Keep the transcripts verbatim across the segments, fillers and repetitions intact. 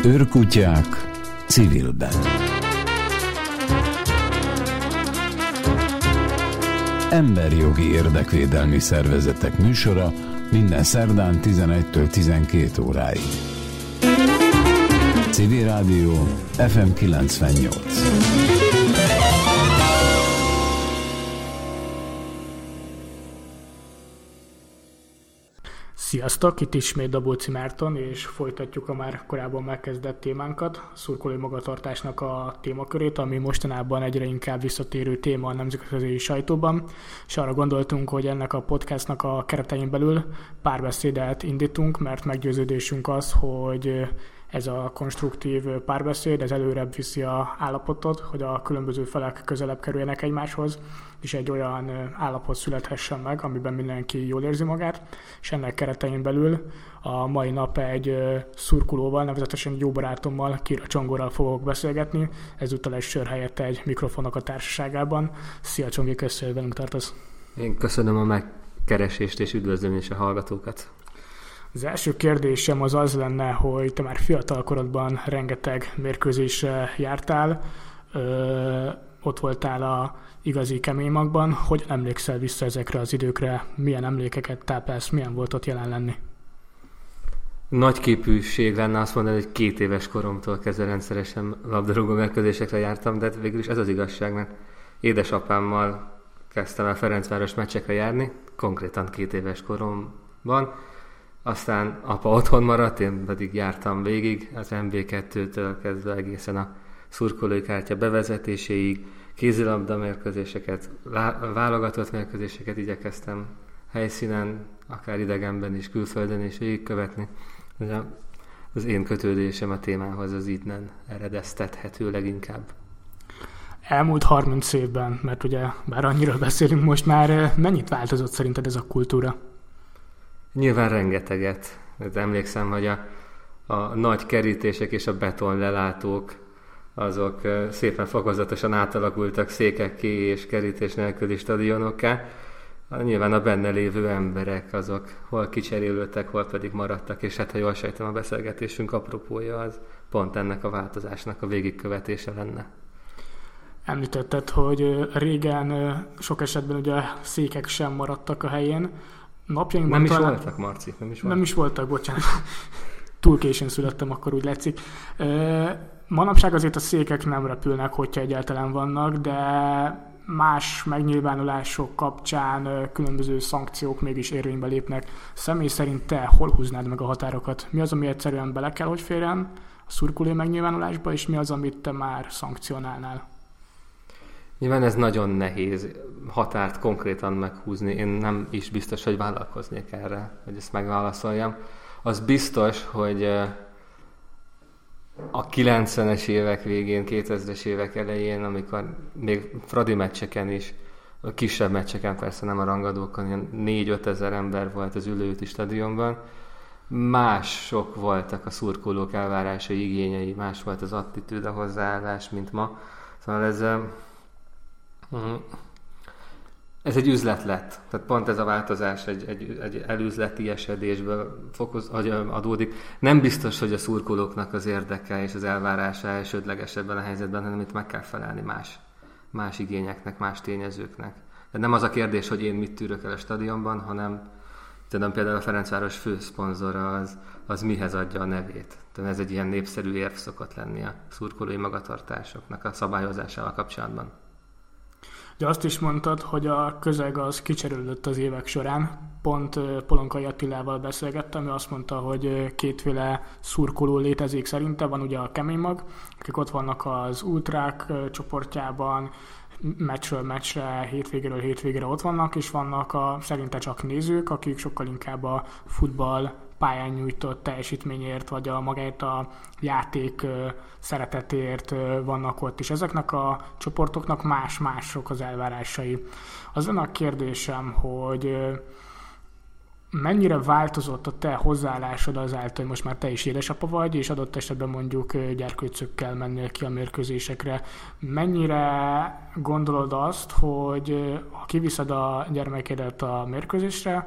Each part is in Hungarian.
Őrkutyák civilben. Emberjogi érdekvédelmi szervezetek műsora minden szerdán tizenegytől tizenkét óráig. Civil Rádió ef em kilencvennyolc. Sziasztok, itt ismét Dabóci Márton, és folytatjuk a már korábban megkezdett témánkat, a szurkolói magatartásnak a témakörét, ami mostanában egyre inkább visszatérő téma a nemzetközi sajtóban, és arra gondoltunk, hogy ennek a podcastnak a keretein belül párbeszédet indítunk, mert meggyőződésünk az, hogy ez a konstruktív párbeszéd, ez előrebb viszi a állapotot, hogy a különböző felek közelebb kerüljenek egymáshoz, és egy olyan állapot születhessen meg, amiben mindenki jól érzi magát, és ennek keretein belül a mai nap egy szurkolóval, nevezetesen jó barátommal, Kira Csongorral fogok beszélgetni, ezúttal egy sör helyett egy mikrofonok a társaságában. Szia Csongi, köszönöm, hogy velünk tartasz. Én köszönöm a megkeresést, és üdvözlöm is a hallgatókat. Az első kérdésem az az lenne, hogy te már fiatal korodban rengeteg mérkőzésre jártál, ö, ott voltál a igazi kemény magban. Hogy emlékszel vissza ezekre az időkre? Milyen emlékeket táplálsz? Milyen volt ott jelen lenni? Nagy képűség lenne azt mondani, hogy két éves koromtól kezdve rendszeresen labdarúgó mérkőzésekre jártam, de végül is ez az igazság, mert édesapámmal kezdtem el Ferencváros meccsekre járni, konkrétan két éves koromban. Aztán apa otthon maradt, én pedig jártam végig, az em bé kettőtől kezdve egészen a szurkolói kártya bevezetéséig, kézilabda mérkőzéseket, válogatott mérkőzéseket igyekeztem helyszínen, akár idegenben is, külföldön is végigkövetni. Az én kötődésem a témához az innen eredeztethető leginkább. Elmúlt harminc évben, mert ugye bár annyira beszélünk most már, mennyit változott szerinted ez a kultúra? Nyilván rengeteget. Emlékszem, hogy a, a nagy kerítések és a beton lelátók azok szépen fokozatosan átalakultak székekké és kerítés nélküli stadionokká. Nyilván a benne lévő emberek azok hol kicserélődtek, hol pedig maradtak, és hát ha jól sejtem, a beszélgetésünk apropója az pont ennek a változásnak a végigkövetése lenne. Említetted, hogy régen sok esetben ugye székek sem maradtak a helyén. Napjainkban nem is talán... voltak, Marci, nem is voltak. Nem is voltak, bocsánat. Túl későn születtem, akkor úgy látszik. Manapság azért a székek nem repülnek, hogyha egyáltalán vannak, de más megnyilvánulások kapcsán különböző szankciók mégis érvénybe lépnek. Személy szerint te hol húznád meg a határokat? Mi az, ami egyszerűen bele kell, hogy férjen a szurkolói megnyilvánulásba, és mi az, amit te már szankcionálnál? Nyilván ez nagyon nehéz határt konkrétan meghúzni. Én nem is biztos, hogy vállalkoznék erre, hogy ezt megválaszoljam. Az biztos, hogy a kilencvenes évek végén, kétezres évek elején, amikor még Fradi meccseken is, a kisebb meccseken, persze nem a rangadókon, ilyen négy-öt ezer ember volt az ülőti stadionban, mások voltak a szurkolók elvárásai, igényei, más volt az attitűd, a hozzáállás, mint ma. Szóval ez... Ez egy üzlet lett. Tehát pont ez a változás egy, egy, egy elüzleti esedésből fokoz, adódik. Nem biztos, hogy a szurkolóknak az érdeke és az elvárása elsődleges ebben a helyzetben, hanem itt meg kell felelni más, más igényeknek, más tényezőknek. Tehát nem az a kérdés, hogy én mit tűrök el a stadionban, hanem tudom, például a Ferencváros főszponzora az, az mihez adja a nevét. Tehát ez egy ilyen népszerű érv szokott lenni a szurkolói magatartásoknak a szabályozásával kapcsolatban. De azt is mondtad, hogy a közeg az kicserélődött az évek során. Pont Polonkai Attilával beszélgettem, ő azt mondta, hogy kétféle szurkoló létezik szerinte. Van ugye a kemény mag, akik ott vannak az ultrák csoportjában, meccsről meccsre, hétvégéről hétvégére ott vannak, és vannak a szerinte csak nézők, akik sokkal inkább a futball pályán nyújtott teljesítményért, vagy a magát a játék szeretetért vannak ott is. Ezeknek a csoportoknak más-mások az elvárásai. Az lenne a kérdésem, hogy mennyire változott a te hozzáállásod azáltal, hogy most már te is édesapa vagy, és adott esetben mondjuk gyerkőcökkel mennél ki a mérkőzésekre. Mennyire gondolod azt, hogy ha kiviszed a gyermekedet a mérkőzésre,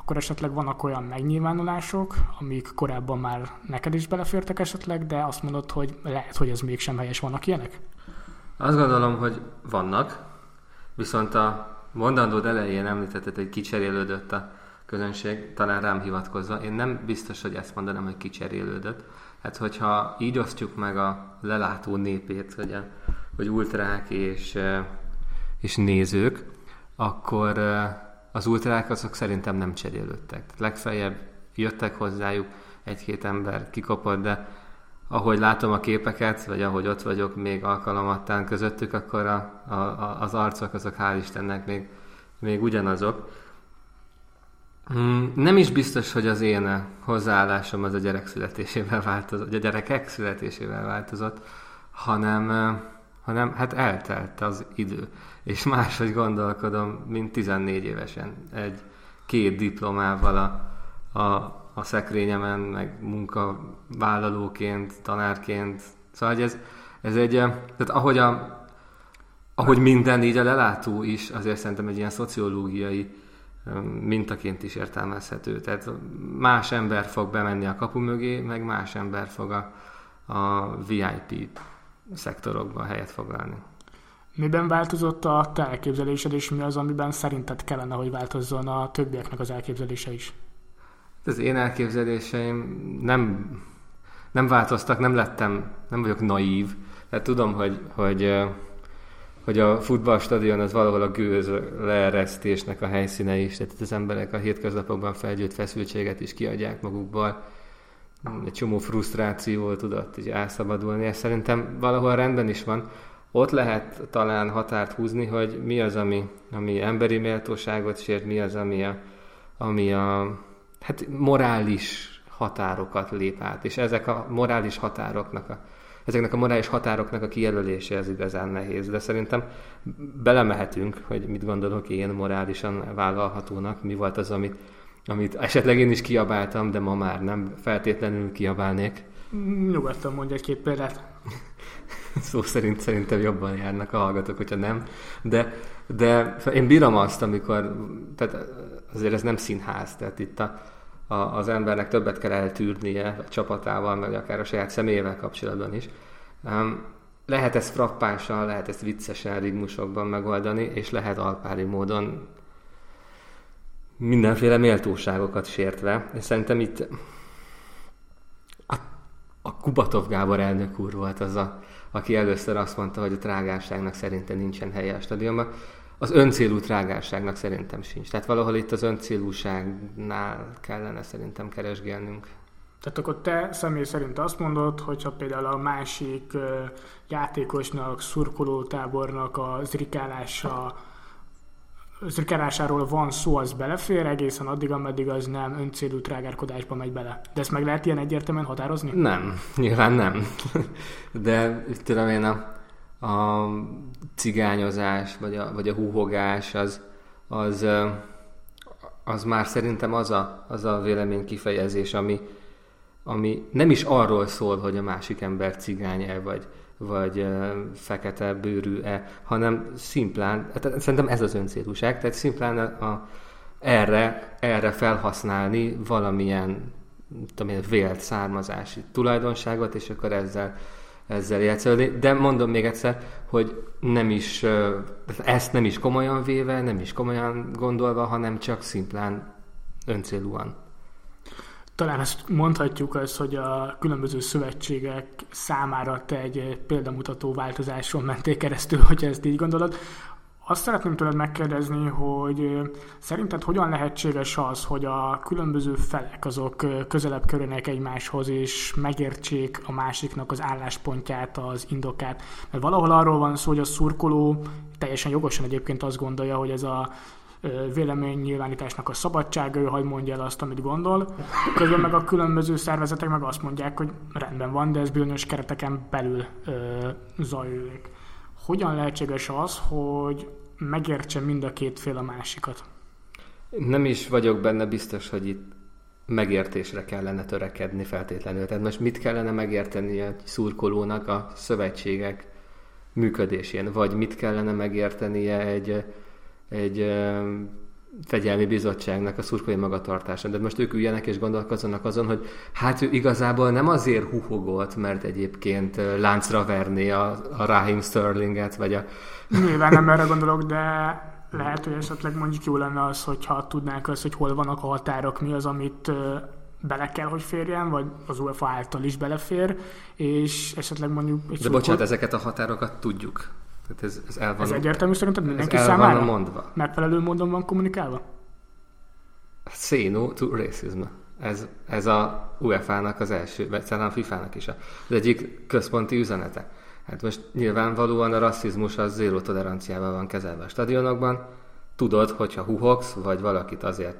akkor esetleg vannak olyan megnyilvánulások, amik korábban már neked is belefértek esetleg, de azt mondod, hogy lehet, hogy ez mégsem helyes. Vannak ilyenek? Azt gondolom, hogy vannak, viszont a mondandód elején említetted, hogy kicserélődött a közönség, talán rám hivatkozva. Én nem biztos, hogy ezt mondanám, hogy kicserélődött. Hát, hogyha így osztjuk meg a lelátó népét, hogy, a, hogy ultrák és, és nézők, akkor az ultrák azok szerintem nem cserélődtek. Legfeljebb jöttek hozzájuk, egy-két ember kikopott, de ahogy látom a képeket, vagy ahogy ott vagyok még alkalomattán közöttük, akkor a, a, az arcok azok hál' Istennek még, még ugyanazok. Nem is biztos, hogy az én hozzáállásom az a gyerek születésével változott, a gyerekek születésével változott, hanem, hanem hát eltelt az idő. És máshogy gondolkodom, mint tizennégy évesen. Egy két diplomával a, a, a szekrényemen, meg munkavállalóként, tanárként. Szóval ez, ez egy, tehát ahogy, a, ahogy minden, így a lelátó is, azért szerintem egy ilyen szociológiai mintaként is értelmezhető. Tehát más ember fog bemenni a kapu mögé, meg más ember fog a, a vé i pé szektorokban helyet foglalni. Miben változott a te elképzelésed, és mi az, amiben szerinted kellene, hogy változzon a többieknek az elképzelése is? Az én elképzeléseim nem, nem változtak, nem lettem, nem vagyok naív. Tehát tudom, hogy, hogy, hogy a futballstadion az valahol a gőz leeresztésnek a helyszíne is, tehát az emberek a hétköznapokban felgyűjt feszültséget is kiadják magukból. Egy csomó frusztráció tudott így elszabadulni, és szerintem valahol rendben is van. Ott lehet talán határt húzni, hogy mi az, ami, ami emberi méltóságot sért, mi az, ami a, ami a hát morális határokat lép át. És ezek a morális határoknak a, ezeknek a morális határoknak a kijelölése az igazán nehéz. De szerintem belemehetünk, hogy mit gondolok én morálisan vállalhatónak, mi volt az, amit, amit esetleg én is kiabáltam, de ma már nem feltétlenül kiabálnék. Nyugodtan mondj egy-két példát. Szó szerint szerintem jobban járnak a hallgatók, hogyha nem. De, de én bírom azt, amikor, tehát azért ez nem színház, tehát itt a, a, az embernek többet kell eltűrnie a csapatával, vagy akár a saját személyével kapcsolatban is. Um, lehet ezt frappánsan, lehet ezt viccesen rigmusokban megoldani, és lehet alpári módon mindenféle méltóságokat sértve. És szerintem itt a, a Kubatov Gábor elnök úr volt az a aki először azt mondta, hogy a trágárságnak szerintem nincsen helye a stadionban. Az öncélú trágárságnak szerintem sincs. Tehát valahol itt az öncélúságnál kellene szerintem keresgélnünk. Tehát akkor te személy szerint azt mondod, hogyha például a másik uh, játékosnak, szurkolótábornak a zrikálása, zrikálásáról van szó, az belefér egészen addig, ameddig az nem öncélú trágárkodásba megy bele. De ezt meg lehet ilyen egyértelműen határozni? Nem, nyilván nem. De tudom én, a, a cigányozás, vagy a, vagy a húhogás, az, az, az már szerintem az a, az a vélemény kifejezés, ami, ami nem is arról szól, hogy a másik ember cigány-e, vagy, vagy uh, fekete bőrű-e, hanem szimplán, tehát szerintem ez az öncélúság, tehát szimplán a, a, erre, erre felhasználni valamilyen tudom én, vélt származási tulajdonságot, és akkor ezzel, ezzel játszani. De mondom még egyszer, hogy nem is, uh, ezt nem is komolyan véve, nem is komolyan gondolva, hanem csak szimplán öncélúan. Talán ezt mondhatjuk azt, hogy a különböző szövetségek számára te egy példamutató változáson mentél keresztül, hogyha ezt így gondolod. Azt szeretném tőled megkérdezni, hogy szerinted hogyan lehetséges az, hogy a különböző felek azok közelebb kerülnek egymáshoz, és megértsék a másiknak az álláspontját, az indokát. Mert valahol arról van szó, hogy a szurkoló teljesen jogosan egyébként azt gondolja, hogy ez a véleménynyilvánításnak a szabadsága, ő hagy mondja el azt, amit gondol. Közben meg a különböző szervezetek meg azt mondják, hogy rendben van, de ez bizonyos kereteken belül ö, zajlik. Hogyan lehetséges az, hogy megértse mind a két fél a másikat? Nem is vagyok benne biztos, hogy itt megértésre kellene törekedni feltétlenül. Tehát most mit kellene megérteni egy szurkolónak a szövetségek működésén? Vagy mit kellene megértenie egy egy fegyelmi bizottságnak a szurkolói magatartása. De most ők üljenek és gondolkozzanak azon, hogy hát ő igazából nem azért huhogolt, mert egyébként láncra verné a, a Raheem Sterlinget, vagy a... Nyilván nem erre gondolok, de lehet, hogy esetleg mondjuk jó lenne az, hogyha tudnánk azt, hogy hol vannak a határok, mi az, amit bele kell, hogy férjen, vagy az UEFA által is belefér, és esetleg mondjuk... De szurkol... bocsánat, ezeket a határokat tudjuk. Tehát ez, ez, el van, ez egyértelmű szerinted mindenki ez el számára? Van mondva. Megfelelő módon van kommunikálva? Say no to racism. Ez, ez a UEFA-nak az első, vagy talán a FIFA-nak is az egyik központi üzenete. Hát most nyilvánvalóan a rasszizmus az zéró toleranciával van kezelve a stadionokban. Tudod, hogyha huhogsz, vagy valakit azért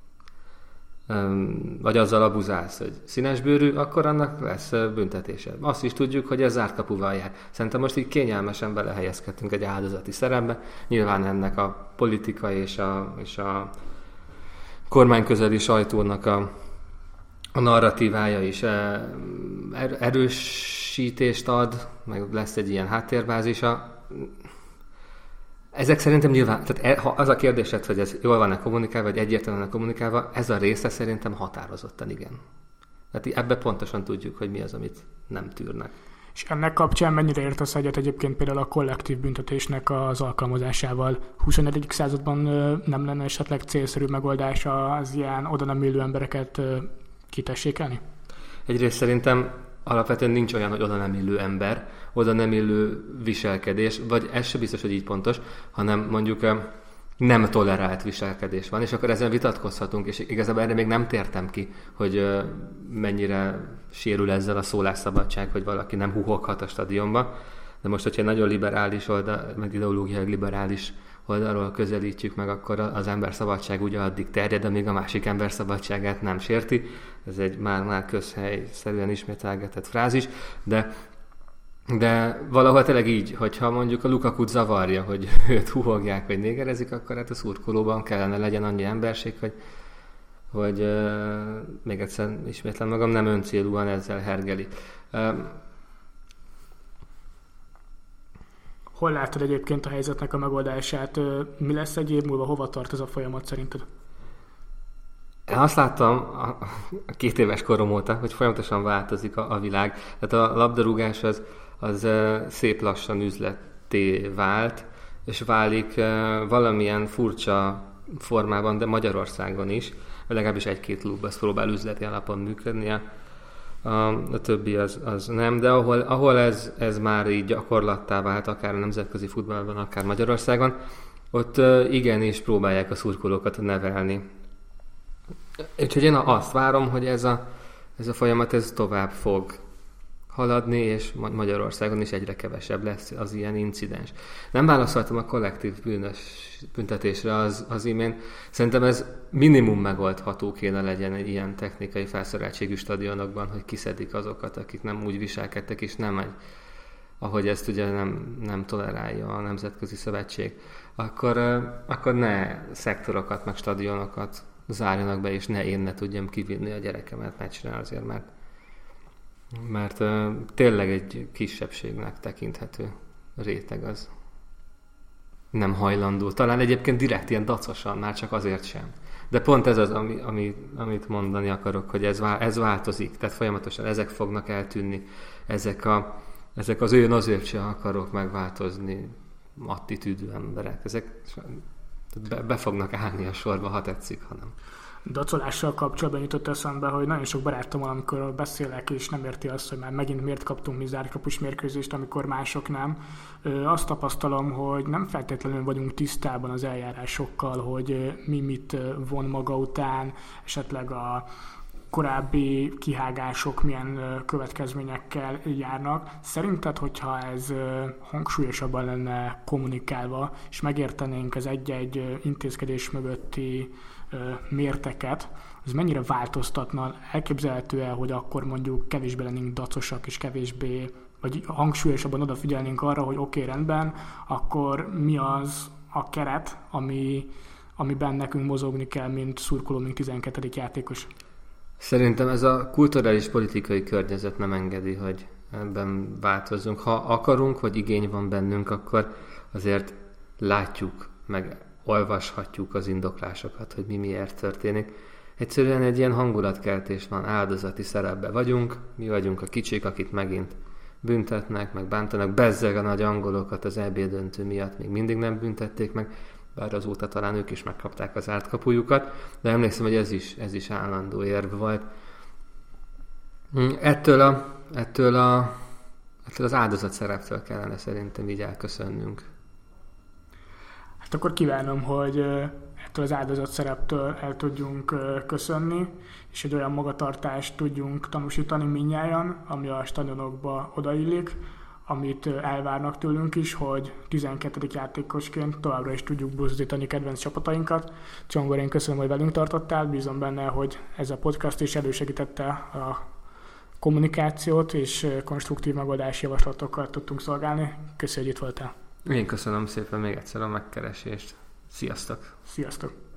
vagy azzal abuzálsz, hogy színesbőrű, akkor annak lesz büntetése. Azt is tudjuk, hogy ez zárt kapuval jár. Szerintem most így kényelmesen belehelyezkedtünk egy áldozati szerepbe. Nyilván ennek a politika és a, és a kormányközeli sajtónak a, a narratívája is er, erősítést ad, meg lesz egy ilyen háttérbázisa. Ezek szerintem nyilván, tehát ha az a kérdésed, hogy ez jól van-e kommunikálva, vagy egyértelműen kommunikálva, ez a része szerintem határozottan igen. Tehát ebben pontosan tudjuk, hogy mi az, amit nem tűrnek. És ennek kapcsán mennyire értesz egyet egyébként például a kollektív büntetésnek az alkalmazásával? huszonegyedik században nem lenne esetleg célszerű megoldás az ilyen oda nem illő embereket kitessékelni? Egyrészt szerintem alapvetően nincs olyan, hogy oda nem illő ember, oda nem illő viselkedés, vagy ez se biztos, hogy így pontos, hanem mondjuk nem tolerált viselkedés van, és akkor ezen vitatkozhatunk, és igazából erre még nem tértem ki, hogy mennyire sérül ezzel a szólásszabadság, hogy valaki nem huhoghat a stadionba, de most, hogyha nagyon liberális oldal, meg ideológiai liberális oldalról közelítjük meg, akkor az ember szabadság ugye addig terjed, amíg a másik ember szabadságát nem sérti. Ez egy már-már közhelyszerűen ismételgetett frázis, de, de valahol tényleg így, hogyha mondjuk a Lukakut zavarja, hogy őt huhogják, vagy négerezik, akkor hát a szurkolóban kellene legyen annyi emberség, hogy, hogy euh, még egyszer ismétlem magam, nem öncélúan ezzel hergeli. Um, Hol látod egyébként a helyzetnek a megoldását? Mi lesz egy év múlva? Hova tart ez a folyamat szerinted? Én azt láttam a két éves korom óta, hogy folyamatosan változik a, a világ. Tehát a labdarúgás az, az szép lassan üzletté vált, és válik valamilyen furcsa formában, de Magyarországon is. Legalábbis egy-két klub az próbál üzleti alapon működni. A, a többi az, az nem, de ahol, ahol ez, ez már így gyakorlattá vált, akár a nemzetközi futballban, akár Magyarországon, ott igenis próbálják a szurkolókat nevelni. Úgyhogy én azt várom, hogy ez a, ez a folyamat ez tovább fog haladni, és Magyarországon is egyre kevesebb lesz az ilyen incidens. Nem válaszoltam a kollektív bűnös büntetésre az, az imént. Szerintem ez minimum megoldható kéne legyen egy ilyen technikai felszereltségű stadionokban, hogy kiszedik azokat, akik nem úgy viselkedtek, és nem egy, ahogy ezt ugye nem, nem tolerálja a Nemzetközi Szövetség. Akkor, akkor ne szektorokat, meg stadionokat zárjanak be, és ne én ne tudjam kivinni a gyerekemet meccsre azért, mert mert uh, tényleg egy kisebbségnek tekinthető réteg az nem hajlandó. Talán egyébként direkt ilyen dacosan, már csak azért sem. De pont ez az, ami, ami, amit mondani akarok, hogy ez, ez változik. Tehát folyamatosan ezek fognak eltűnni. Ezek, a, ezek az olyan azért sem akarok megváltozni attitűdű emberek. Ezek be, be fognak állni a sorba, ha tetszik, ha nem. Dacolással kapcsolatban jutott eszembe, hogy nagyon sok barátommal, amikor beszélek, és nem érti azt, hogy már megint miért kaptunk mi zártkapus mérkőzést, amikor mások nem. Azt tapasztalom, hogy nem feltétlenül vagyunk tisztában az eljárásokkal, hogy mi mit von maga után, esetleg a korábbi kihágások milyen következményekkel járnak. Szerinted, hogyha ez hangsúlyosabban lenne kommunikálva, és megértenénk az egy-egy intézkedés mögötti mérteket, az mennyire változtatna? Elképzelhető-e, hogy akkor mondjuk kevésbé lennénk dacosak, és kevésbé, vagy hangsúlyosabban odafigyelnénk arra, hogy oké, okay, rendben, akkor mi az a keret, ami, amiben nekünk mozogni kell, mint szurkoló, mint tizenkettedik játékos? Szerintem ez a kulturális politikai környezet nem engedi, hogy ebben változzunk. Ha akarunk, vagy igény van bennünk, akkor azért látjuk, meg olvashatjuk az indoklásokat, hogy mi miért történik. Egyszerűen egy ilyen hangulatkeltés van, áldozati szerepbe vagyunk, mi vagyunk a kicsik, akit megint büntetnek, meg bántanak, bezzeg a nagy angolokat az é bé döntő miatt még mindig nem büntették meg, bár azóta talán ők is megkapták az átkapujukat, de emlékszem, hogy ez is, ez is állandó érv volt. Ettől, a, ettől, a, ettől az áldozat szereptől kellene szerintem így elköszönnünk. Hát akkor kívánom, hogy ettől az áldozat szereptől el tudjunk köszönni, és egy olyan magatartást tudjunk tanúsítani mindnyájan, ami a stadionokba odaillik, amit elvárnak tőlünk is, hogy tizenkettedik játékosként továbbra is tudjuk buzdítani kedvenc csapatainkat. Csongor, én köszönöm, hogy velünk tartottál, bízom benne, hogy ez a podcast is elősegítette a kommunikációt, és konstruktív megoldási javaslatokkal tudtunk szolgálni. Köszönjük, hogy itt voltál. Én köszönöm szépen még egyszer a megkeresést. Sziasztok! Sziasztok!